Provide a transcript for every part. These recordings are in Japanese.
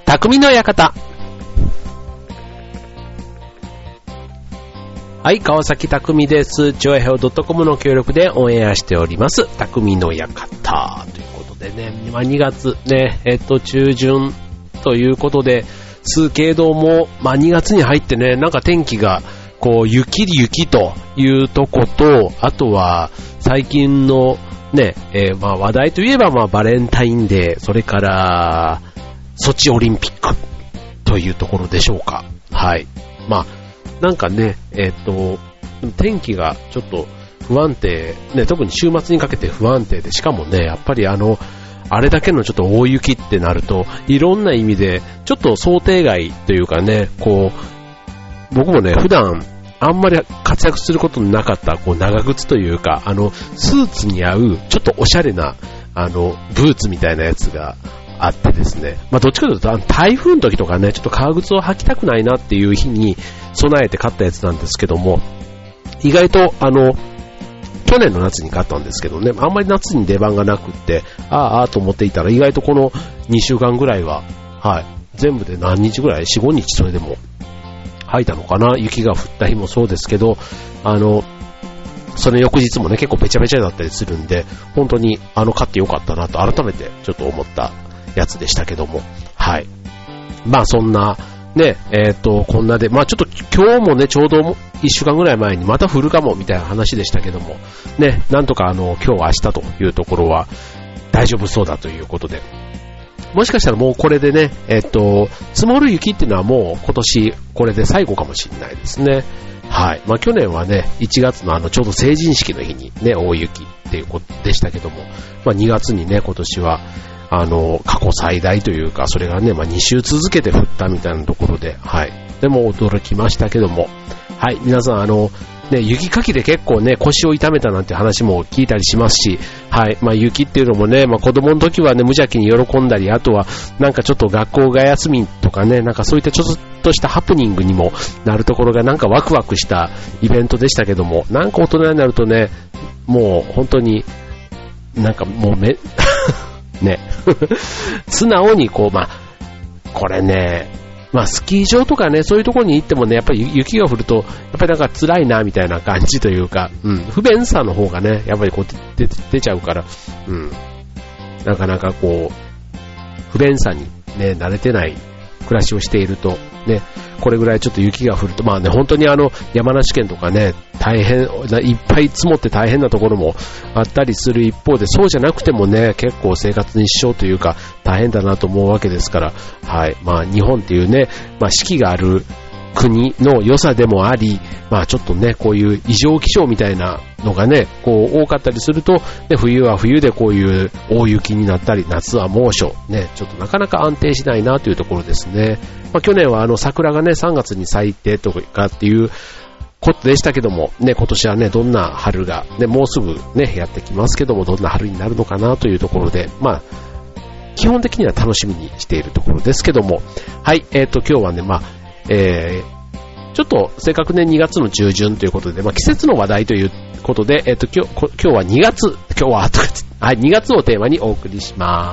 匠の館。はい、川崎匠です。ちょいへお .com の協力でオンエアしております匠の館ということでね、2月ね、中旬ということですけども、2月に入ってね、なんか天気がこう雪というとこと、あとは最近のね、話題といえばバレンタインデー、それからソチオリンピックというところでしょうか。はい。なんかね、天気がちょっと不安定、ね、特に週末にかけて不安定で、しかもね、やっぱりあれだけのちょっと大雪ってなると、いろんな意味で、ちょっと想定外というかね、こう、僕もね、普段、あんまり活躍することのなかった、こう、長靴というか、スーツに合う、ちょっとおしゃれな、ブーツみたいなやつがあってですね、どっちかというと、台風の時とかね、ちょっと革靴を履きたくないなっていう日に備えて買ったやつなんですけども、意外と、去年の夏に買ったんですけどね、あんまり夏に出番がなくって、と思っていたら、意外とこの2週間ぐらいは、はい、全部で何日ぐらい ?4、5日それでも履いたのかな。雪が降った日もそうですけど、その翌日もね、結構べちゃべちゃだったりするんで、本当に買ってよかったなと改めてちょっと思ったやつでしたけども、はい。そんな、ね、こんなで、ちょっと今日もね、ちょうど1週間ぐらい前にまた降るかもみたいな話でしたけども、ね、なんとか今日明日というところは大丈夫そうだということで、もしかしたらもうこれでね、積もる雪っていうのはもう今年これで最後かもしれないですね。はい。去年はね、1月のちょうど成人式の日にね、大雪っていうことでしたけども、2月にね、今年は過去最大というか、それがね、2週続けて降ったみたいなところで、はい。でも驚きましたけども、はい。皆さんね、雪かきで結構ね、腰を痛めたなんて話も聞いたりしますし、はい。雪っていうのもね、子供の時はね、無邪気に喜んだり、あとは、なんかちょっと学校が休みとかね、なんかそういったちょっとしたハプニングにもなるところがなんかワクワクしたイベントでしたけども、なんか大人になるとね、もう本当に、なんかもうね、素直にこう、これね、スキー場とかね、そういうところに行ってもね、やっぱり雪が降ると、やっぱりなんか辛いな、みたいな感じというか、不便さの方がね、やっぱりこう出ちゃうから、なかなかこう、不便さにね、慣れてない暮らしをしていると、ね、これぐらいちょっと雪が降ると、本当に山梨県とかね、大変、いっぱい積もって大変なところもあったりする一方で、そうじゃなくてもね、結構生活に支障というか、大変だなと思うわけですから、はい。日本っていうね、四季がある国の良さでもあり、ちょっとね、こういう異常気象みたいなのがね、こう多かったりすると、ね、冬は冬でこういう大雪になったり、夏は猛暑、ね、ちょっとなかなか安定しないなというところですね。去年は桜がね、3月に咲いてとかっていうことでしたけども、ね、今年はね、どんな春が、ね、もうすぐね、やってきますけども、どんな春になるのかなというところで、基本的には楽しみにしているところですけども、はい、今日はね、ちょっとせっかくね、2月の中旬ということで、季節の話題ということで、今日は2月、はい、2月をテーマにお送りします。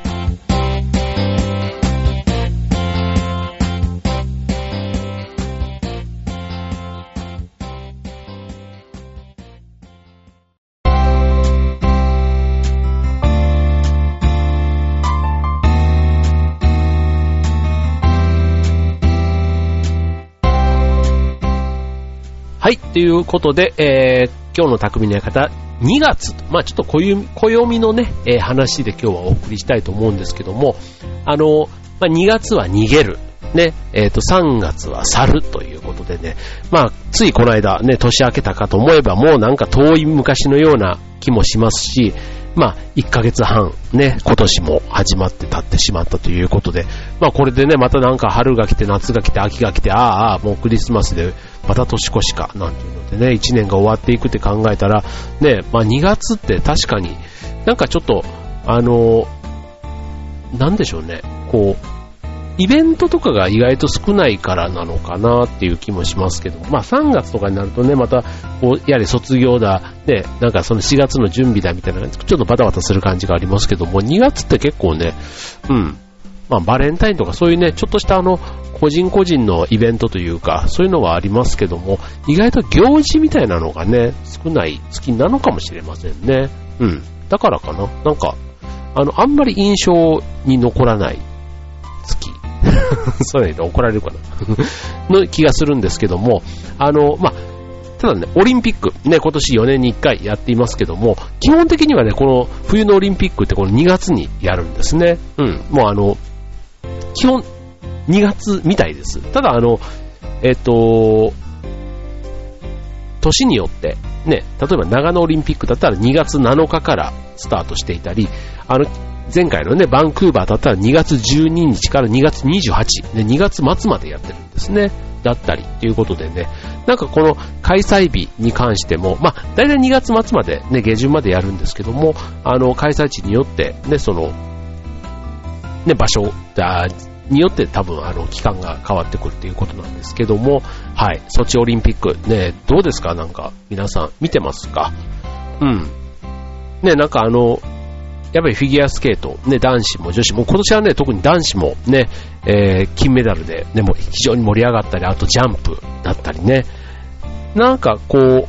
はい、ということで、今日の匠の館、2月、ちょっと暦のね、話で今日はお送りしたいと思うんですけども、2月は逃げる。ね、3月は去るということでね、ついこの間ね、年明けたかと思えばもうなんか遠い昔のような気もしますし、1ヶ月半ね、今年も始まって経ってしまったということで、これでね、またなんか春が来て夏が来て秋が来て、もうクリスマスでまた年越しか、なんていうのでね、1年が終わっていくって考えたら、ね、2月って確かになんかちょっと、なんでしょうね、こう、イベントとかが意外と少ないからなのかなっていう気もしますけど、3月とかになるとね、またこうやはり卒業だ、ね、なんかその4月の準備だみたいな、ちょっとバタバタする感じがありますけども、2月って結構ね、 まあバレンタインとかそういうね、ちょっとした個人個人のイベントというか、そういうのはありますけども、意外と行事みたいなのがね、少ない月なのかもしれませんね。うん。だからかな。なんか、あんまり印象に残らない月。そういうの怒られるかなの気がするんですけども、まあ、ただね、オリンピック、ね、今年4年に1回やっていますけども、基本的にはね、この冬のオリンピックってこの2月にやるんですね。うん。もう基本、2月みたいです。ただ年によって、ね、例えば長野オリンピックだったら2月7日からスタートしていたり、前回のね、バンクーバーだったら2月12日から2月28、ね、2月末までやってるんですね。だったりということでね、なんかこの開催日に関しても、まあ、だいたい2月末までね、下旬までやるんですけども、開催地によって、ね、ね、場所によって多分期間が変わってくるということなんですけども、はい、ソチオリンピックね、どうですか？なんか皆さん見てますか？うん。ね、なんかやっぱりフィギュアスケート、ね、男子も女子も、今年はね、特に男子もね、金メダルで、ね、もう非常に盛り上がったり、あとジャンプだったりね、なんかこう、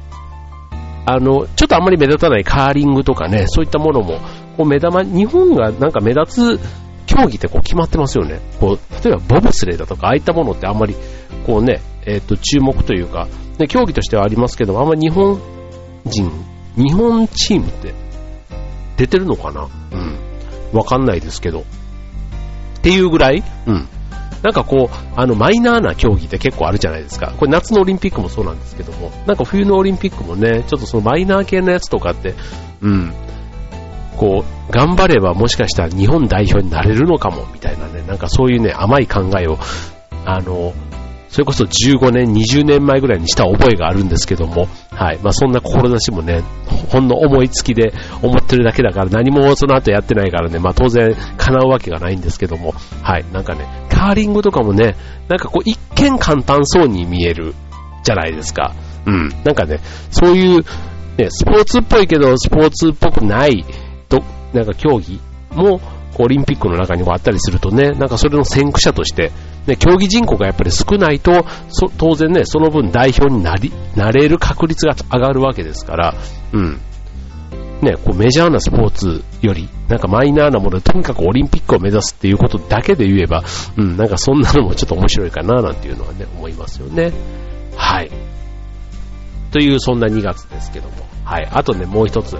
ちょっとあんまり目立たないカーリングとかね、そういったものも、こう日本がなんか目立つ競技ってこう決まってますよね。こう、例えばボブスレーだとか、ああいったものってあんまり、こうね、注目というか、ね、競技としてはありますけども、あんまり日本チームって、出てるのかな？うん。わかんないですけど。っていうぐらい、うん。なんかこう、マイナーな競技って結構あるじゃないですか。これ夏のオリンピックもそうなんですけども、なんか冬のオリンピックもね、ちょっとそのマイナー系のやつとかって、うん。こう、頑張ればもしかしたら日本代表になれるのかも、みたいなね、なんかそういうね、甘い考えを、それこそ15年、20年前ぐらいにした覚えがあるんですけども、はい。まあそんな志もね、ほんの思いつきで思ってるだけだから何もその後やってないからね、まあ当然叶うわけがないんですけども、はい。なんかね、カーリングとかもね、なんかこう一見簡単そうに見えるじゃないですか。うん。なんかね、そういう、ね、スポーツっぽいけどスポーツっぽくないなんか競技も、オリンピックの中にあったりするとね、なんかそれの先駆者として、ね、競技人口がやっぱり少ないと、当然ね、その分代表になれる確率が上がるわけですから、うん。ね、こうメジャーなスポーツより、なんかマイナーなもので、とにかくオリンピックを目指すっていうことだけで言えば、うん、なんかそんなのもちょっと面白いかな、なんていうのはね、思いますよね。はい。という、そんな2月ですけども。はい。あとね、もう一つ。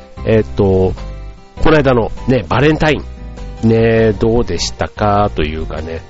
この間のね、バレンタイン。ね、どうでしたかというかね。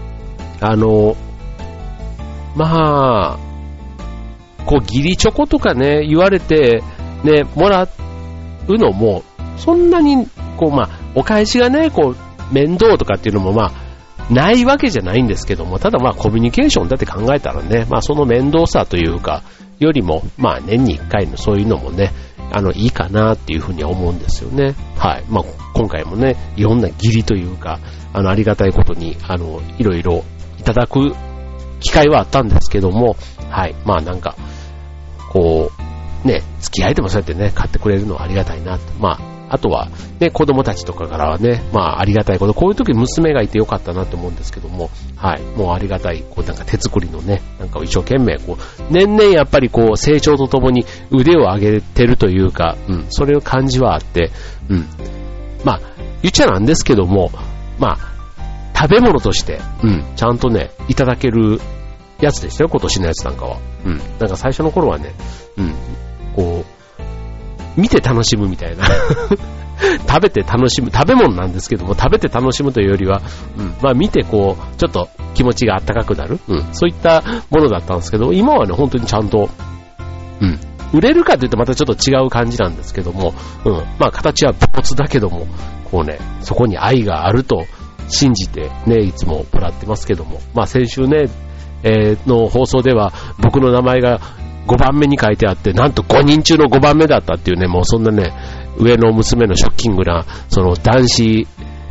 まあ、こう、義理チョコとかね、言われて、ね、もらうのも、そんなに、こう、まあ、お返しがね、こう、面倒とかっていうのも、まあ、ないわけじゃないんですけども、ただまあ、コミュニケーションだって考えたらね、まあ、その面倒さというか、よりも、まあ、年に1回のそういうのもね、いいかなっていうふうには思うんですよね。はい。まあ、今回もね、いろんな義理というか、ありがたいことに、いろいろいただく機会はあったんですけども、はい。まあ、なんか、こう、ね、付き合いでもそうやってね、買ってくれるのはありがたいなと。まあ、あとは、ね、子供たちとかからはね、まあ、ありがたいこと、こういう時娘がいてよかったなと思うんですけども、はい。もうありがたい、こう、なんか手作りのね、なんか一生懸命、こう、年々やっぱりこう、成長とともに腕を上げてるというか、うん、それを感じはあって、うん。まあ、言っちゃなんですけども、まあ、食べ物として、うん、ちゃんとね、いただけるやつでしたよ、今年のやつなんかは。うん。なんか最初の頃はね、うん、こう、見て楽しむみたいな食べて楽しむ、食べ物なんですけども、食べて楽しむというよりは、うん、まあ見てこう、ちょっと気持ちがあったかくなる、うん、そういったものだったんですけど、今はね、本当にちゃんと、うん、売れるかというとまたちょっと違う感じなんですけども、うん、まあ形は武骨だけども、こうね、そこに愛があると信じてね、いつももらってますけども、まあ先週ね、の放送では僕の名前が5番目に書いてあって、なんと5人中の5番目だったっていうね、もうそんなね、上の娘のショッキングな、その男子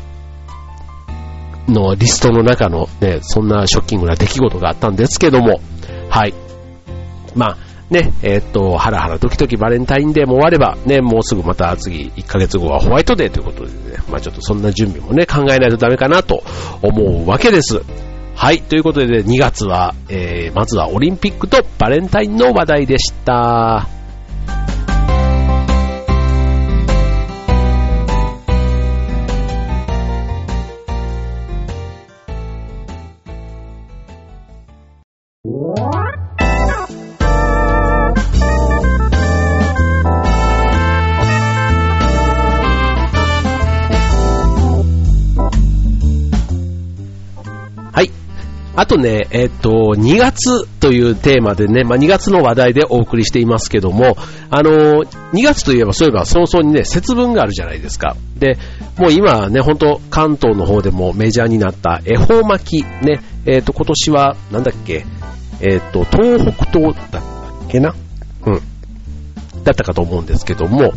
のリストの中のね、そんなショッキングな出来事があったんですけども、はい。まね、ハラハラドキドキバレンタインデーも終われば、ね、もうすぐまた次1ヶ月後はホワイトデーということでね、まあちょっとそんな準備もね、考えないとダメかなと思うわけです。はい、ということで、2月は、まずはオリンピックとバレンタインの話題でした。あとね、2月というテーマでね、まあ、2月の話題でお送りしていますけども、2月といえばそういえば早々にね、節分があるじゃないですか。で、もう今はね、本当関東の方でもメジャーになった恵方巻きね、今年はなんだっけ、東北東だったっけな、だったかと思うんですけども、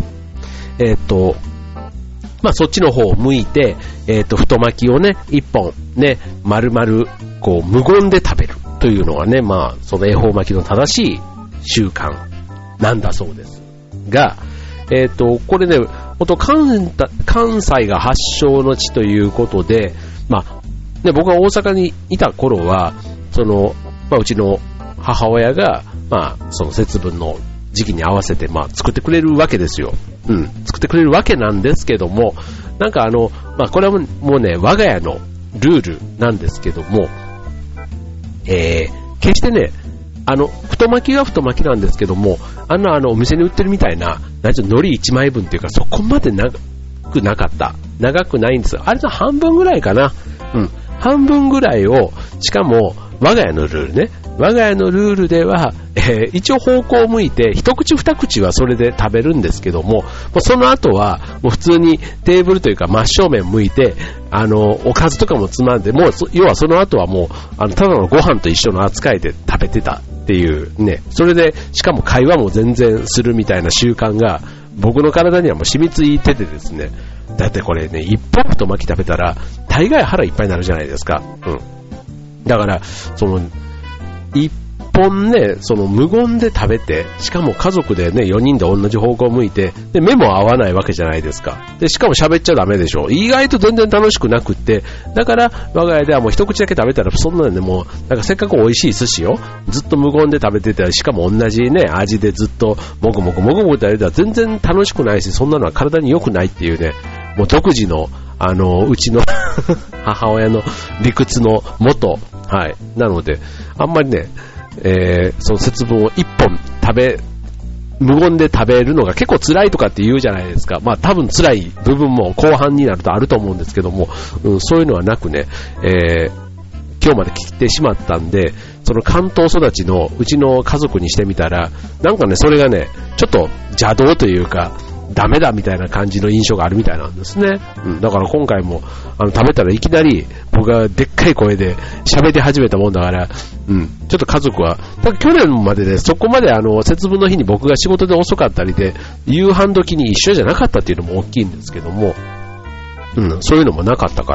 まあそっちの方を向いて、太巻きをね、一本ね、丸々こう無言で食べるというのはね、まあその恵方巻きの正しい習慣なんだそうですが、これね、ほんと関西が発祥の地ということで、まあね、僕が大阪にいた頃は、まあうちの母親が、まあその節分の時期に合わせて、まあ作ってくれるわけですよ。作ってくれるわけなんですけども、なんかまあこれはもうね、我が家のルールなんですけども、決してね、太巻きは太巻きなんですけども、お店に売ってるみたいな、海苔1枚分っていうか、そこまで長くないんですよ。あれの半分ぐらいかな。半分ぐらいを、しかも、我が家のルールね。我が家のルールでは、一応方向を向いて、一口二口はそれで食べるんですけども、その後は、もう普通にテーブルというか真正面向いて、おかずとかもつまんで、もう、要はその後はもう、ただのご飯と一緒の扱いで食べてたっていうね。それで、しかも会話も全然するみたいな習慣が、僕の体にはもう染みついててですね。だってこれね、一本太巻き食べたら、大概腹いっぱいになるじゃないですか。だから、一本ね、無言で食べて、しかも家族でね、4人で同じ方向を向いて、で、目も合わないわけじゃないですか。で、しかも喋っちゃダメでしょ。意外と全然楽しくなくって、だから、我が家ではもう一口だけ食べたら、そんなのね、もう、なんかせっかく美味しい寿司をずっと無言で食べてて、しかも同じね、味でずっと、もぐもぐもぐもぐってやると全然楽しくないし、そんなのは体に良くないっていうね、もう独自の、うちの母親の理屈のもと、はい。なので、あんまりね、その節分を一本無言で食べるのが結構辛いとかって言うじゃないですか。まあ多分辛い部分も後半になるとあると思うんですけども、そういうのはなくね、今日まで来てしまったんで、その関東育ちのうちの家族にしてみたら、なんかね、それがね、ちょっと邪道というか、ダメだみたいな感じの印象があるみたいなんですね。だから今回も食べたらいきなり僕がでっかい声で喋り始めたもんだから、ちょっと家族は、だ去年までね、そこまで節分の日に僕が仕事で遅かったりで、夕飯時に一緒じゃなかったっていうのも大きいんですけども、そういうのもなかったから、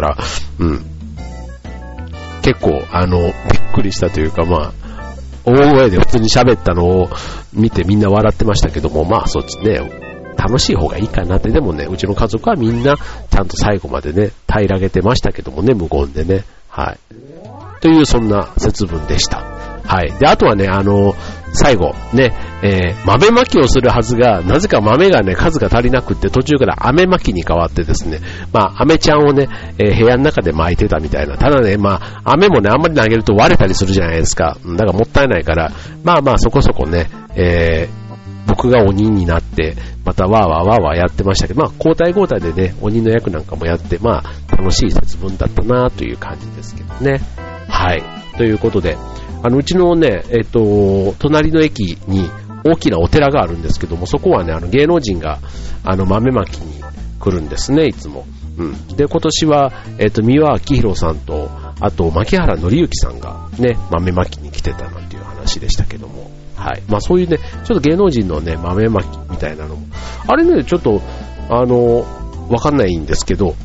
結構びっくりしたというか、まあ、大声で普通に喋ったのを見てみんな笑ってましたけども、まあそっちね、楽しい方がいいかなって。でもね、うちの家族はみんなちゃんと最後までね、平らげてましたけどもね、無言でね。はい。というそんな節分でした。はい。で、あとはね、最後ね、豆まきをするはずが、なぜか豆がね、数が足りなくって途中から飴まきに変わってですね、まあ、飴ちゃんをね、部屋の中で巻いてたみたいな。ただね、まあ、飴もね、あんまり投げると割れたりするじゃないですか。だからもったいないから、まあまあそこそこね、僕が鬼になって、またわーわーわーわーやってましたけど、まあ交代交代でね、鬼の役なんかもやって、まあ楽しい節分だったなという感じですけどね。はい。ということで、うちのね、隣の駅に大きなお寺があるんですけども、そこはね、芸能人が、豆まきに来るんですね、いつも。で、今年は、三輪明宏さんと、あと、牧原紀之さんがね、豆まきに来てたなんていう話でしたけども、はい。まあそういうね、ちょっと芸能人のね、豆まきみたいなのも、あれね、ちょっと、わかんないんですけど、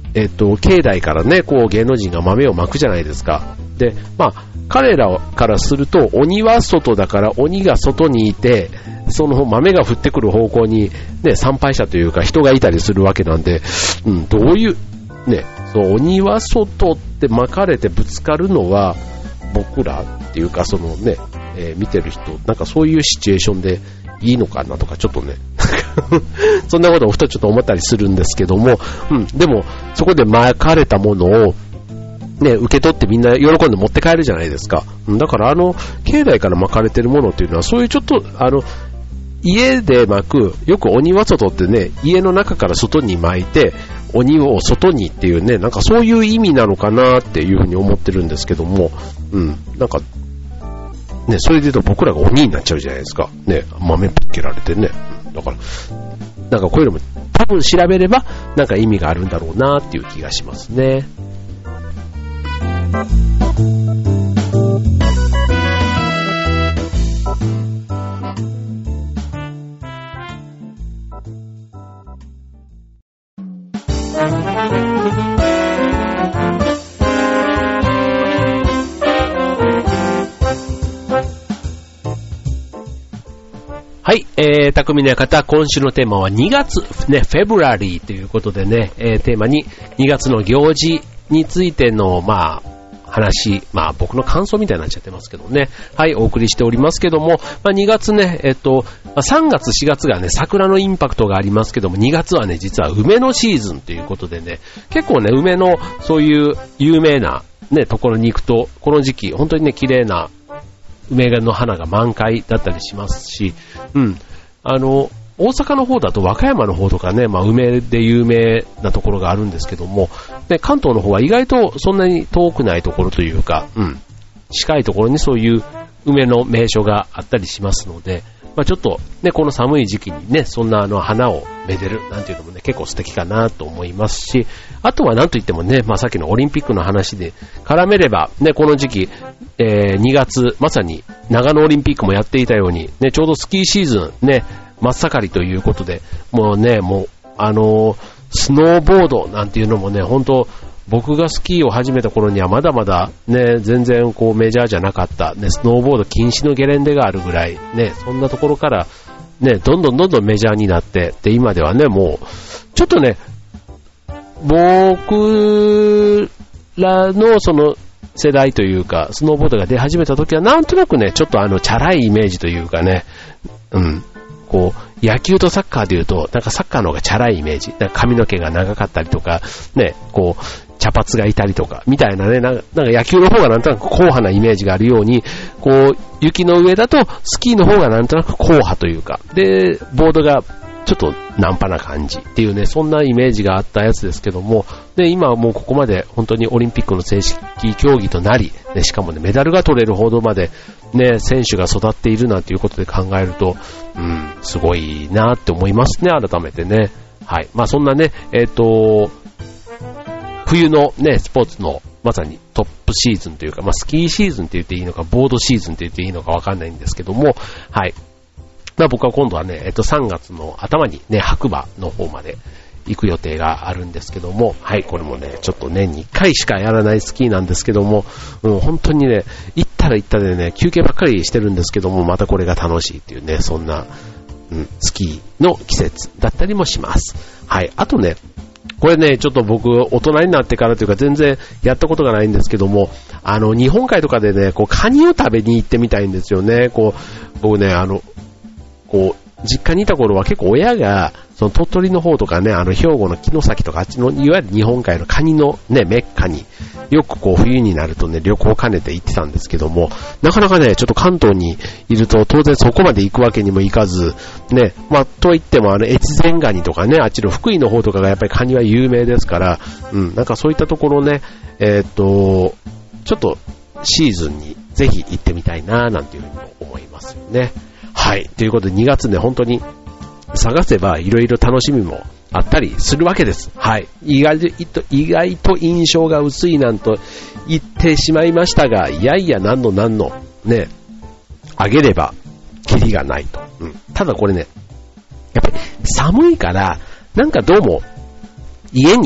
境内からね、こう芸能人が豆をまくじゃないですか。で、彼らからすると、鬼は外だから鬼が外にいて、その豆が降ってくる方向にね、参拝者というか人がいたりするわけなんで、どういう、ね、そう鬼は外って巻かれてぶつかるのは、僕らっていうか、そのね、見てる人、なんかそういうシチュエーションでいいのかなとか、ちょっとね、そんなことをふとちょっと思ったりするんですけども、でも、そこで巻かれたものを、ね、受け取ってみんな喜んで持って帰るじゃないですか。だから境内から巻かれてるものっていうのは、そういうちょっと、家で巻く、よく鬼は外ってね、家の中から外に巻いて、鬼を外にっていうね、なんかそういう意味なのかなっていうふうに思ってるんですけども、なんか、ね、それで言うと僕らが鬼になっちゃうじゃないですか。ね、豆ぶっけられてね。だから、なんかこういうのも多分調べれば、なんか意味があるんだろうなっていう気がしますね。はい、匠の館、今週のテーマは2月、ね、フェブラリーということでね、テーマに2月の行事についての、話、僕の感想みたいになっちゃってますけどね。はい、お送りしておりますけども、2月ね、3月、4月がね、桜のインパクトがありますけども、2月はね、実は梅のシーズンということでね、結構ね、梅のそういう有名なね、ところに行くと、この時期、本当にね、綺麗な梅の花が満開だったりしますし、大阪の方だと和歌山の方とかね、梅で有名なところがあるんですけども、で関東の方は意外とそんなに遠くないところというか、近いところにそういう梅の名所があったりしますので、ちょっとね、この寒い時期にね、そんな花をめでるなんていうのもね、結構素敵かなと思いますし、あとはなんといってもね、さっきのオリンピックの話で絡めれば、ね、この時期、2月、まさに長野オリンピックもやっていたように、ね、ちょうどスキーシーズン、ね、真っ盛りということで、もうね、スノーボードなんていうのもね、本当僕がスキーを始めた頃にはまだまだね、全然こうメジャーじゃなかった、ね、スノーボード禁止のゲレンデがあるぐらい、ね、そんなところからね、どんどんメジャーになって、で、今ではね、もう、ちょっとね、僕らのその世代というか、スノーボードが出始めた時はなんとなくね、ちょっとチャラいイメージというかね、こう、野球とサッカーでいうと、なんかサッカーの方がチャラいイメージ。なんか髪の毛が長かったりとか、ね、こう、茶髪がいたりとか、みたいなね、なんか野球の方がなんとなく硬派なイメージがあるように、こう、雪の上だとスキーの方がなんとなく硬派というか、で、ボードがちょっとナンパな感じっていうね、そんなイメージがあったやつですけども、で、今はもうここまで本当にオリンピックの正式競技となり、ね、しかもね、メダルが取れるほどまでね、選手が育っているなんていうことで考えると、すごいなって思いますね、改めてね。はい。そんなね、冬のね、スポーツのまさにトップシーズンというか、スキーシーズンって言っていいのか、ボードシーズンって言っていいのかわかんないんですけども、はい。僕は今度はね、3月の頭にね、白馬の方まで行く予定があるんですけども、はい、これもね、ちょっと年に1回しかやらないスキーなんですけども、本当にね、行ったら行ったでね、休憩ばっかりしてるんですけども、またこれが楽しいっていうね、そんな、スキーの季節だったりもします。はい、あとね、これね、ちょっと僕、大人になってからというか全然やったことがないんですけども、日本海とかでね、こう、カニを食べに行ってみたいんですよね。こう、僕ね、こう、実家にいた頃は結構親が、その鳥取の方とかね、兵庫の城崎とかあっちの、いわゆる日本海のカニのね、メッカによくこう冬になるとね、旅行を兼ねて行ってたんですけども、なかなかね、ちょっと関東にいると当然そこまで行くわけにもいかず、ね、といっても越前ガニとかね、あっちの福井の方とかがやっぱりカニは有名ですから、なんかそういったところね、ちょっとシーズンにぜひ行ってみたいななんていうふうに思いますよね。はい。ということで2月ね、本当に探せばいろいろ楽しみもあったりするわけです。はい。意外と印象が薄いなんと言ってしまいましたが、いやいや何のね、あげればキリがないと。ただこれね、やっぱり寒いから、なんかどうも家に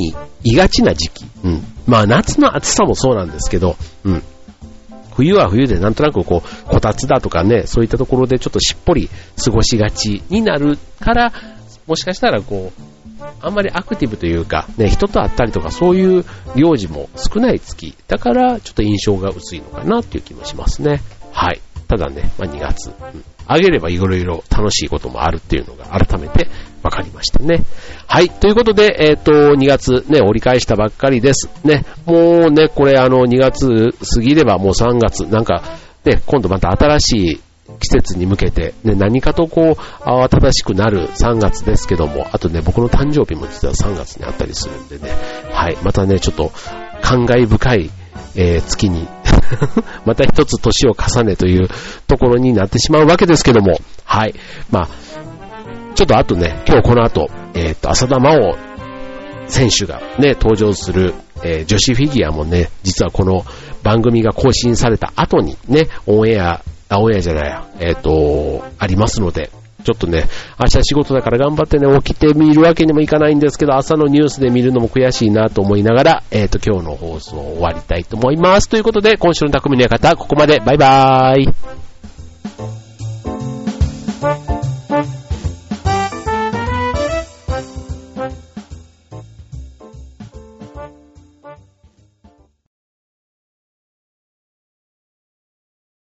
いがちな時期。まあ夏の暑さもそうなんですけど、冬は冬でなんとなくこたつだとかね、そういったところでちょっとしっぽり過ごしがちになるから、もしかしたらあんまりアクティブというか、ね、人と会ったりとかそういう行事も少ない月。だからちょっと印象が薄いのかなっていう気もしますね。はい。ただね、2月。あげればいろいろ楽しいこともあるっていうのが改めて分かりましたね。はい。ということで、2月ね、折り返したばっかりです。ね、もうね、これ2月過ぎればもう3月、なんか、ね、今度また新しい季節に向けて、ね、何かと慌ただしくなる3月ですけども、あとね、僕の誕生日も実は3月にあったりするんでね、はい。またね、ちょっと感慨深い、月に、また一つ年を重ねというところになってしまうわけですけども、はい。まあ、ちょっとあとね、今日この後、浅田真央選手がね、登場する、女子フィギュアもね、実はこの番組が更新された後にね、オンエアじゃないや、ありますので、ちょっとね、明日仕事だから頑張ってね、起きてみるわけにもいかないんですけど、朝のニュースで見るのも悔しいなと思いながら、今日の放送を終わりたいと思います。ということで、今週の匠の館、ここまで。バイバーイ。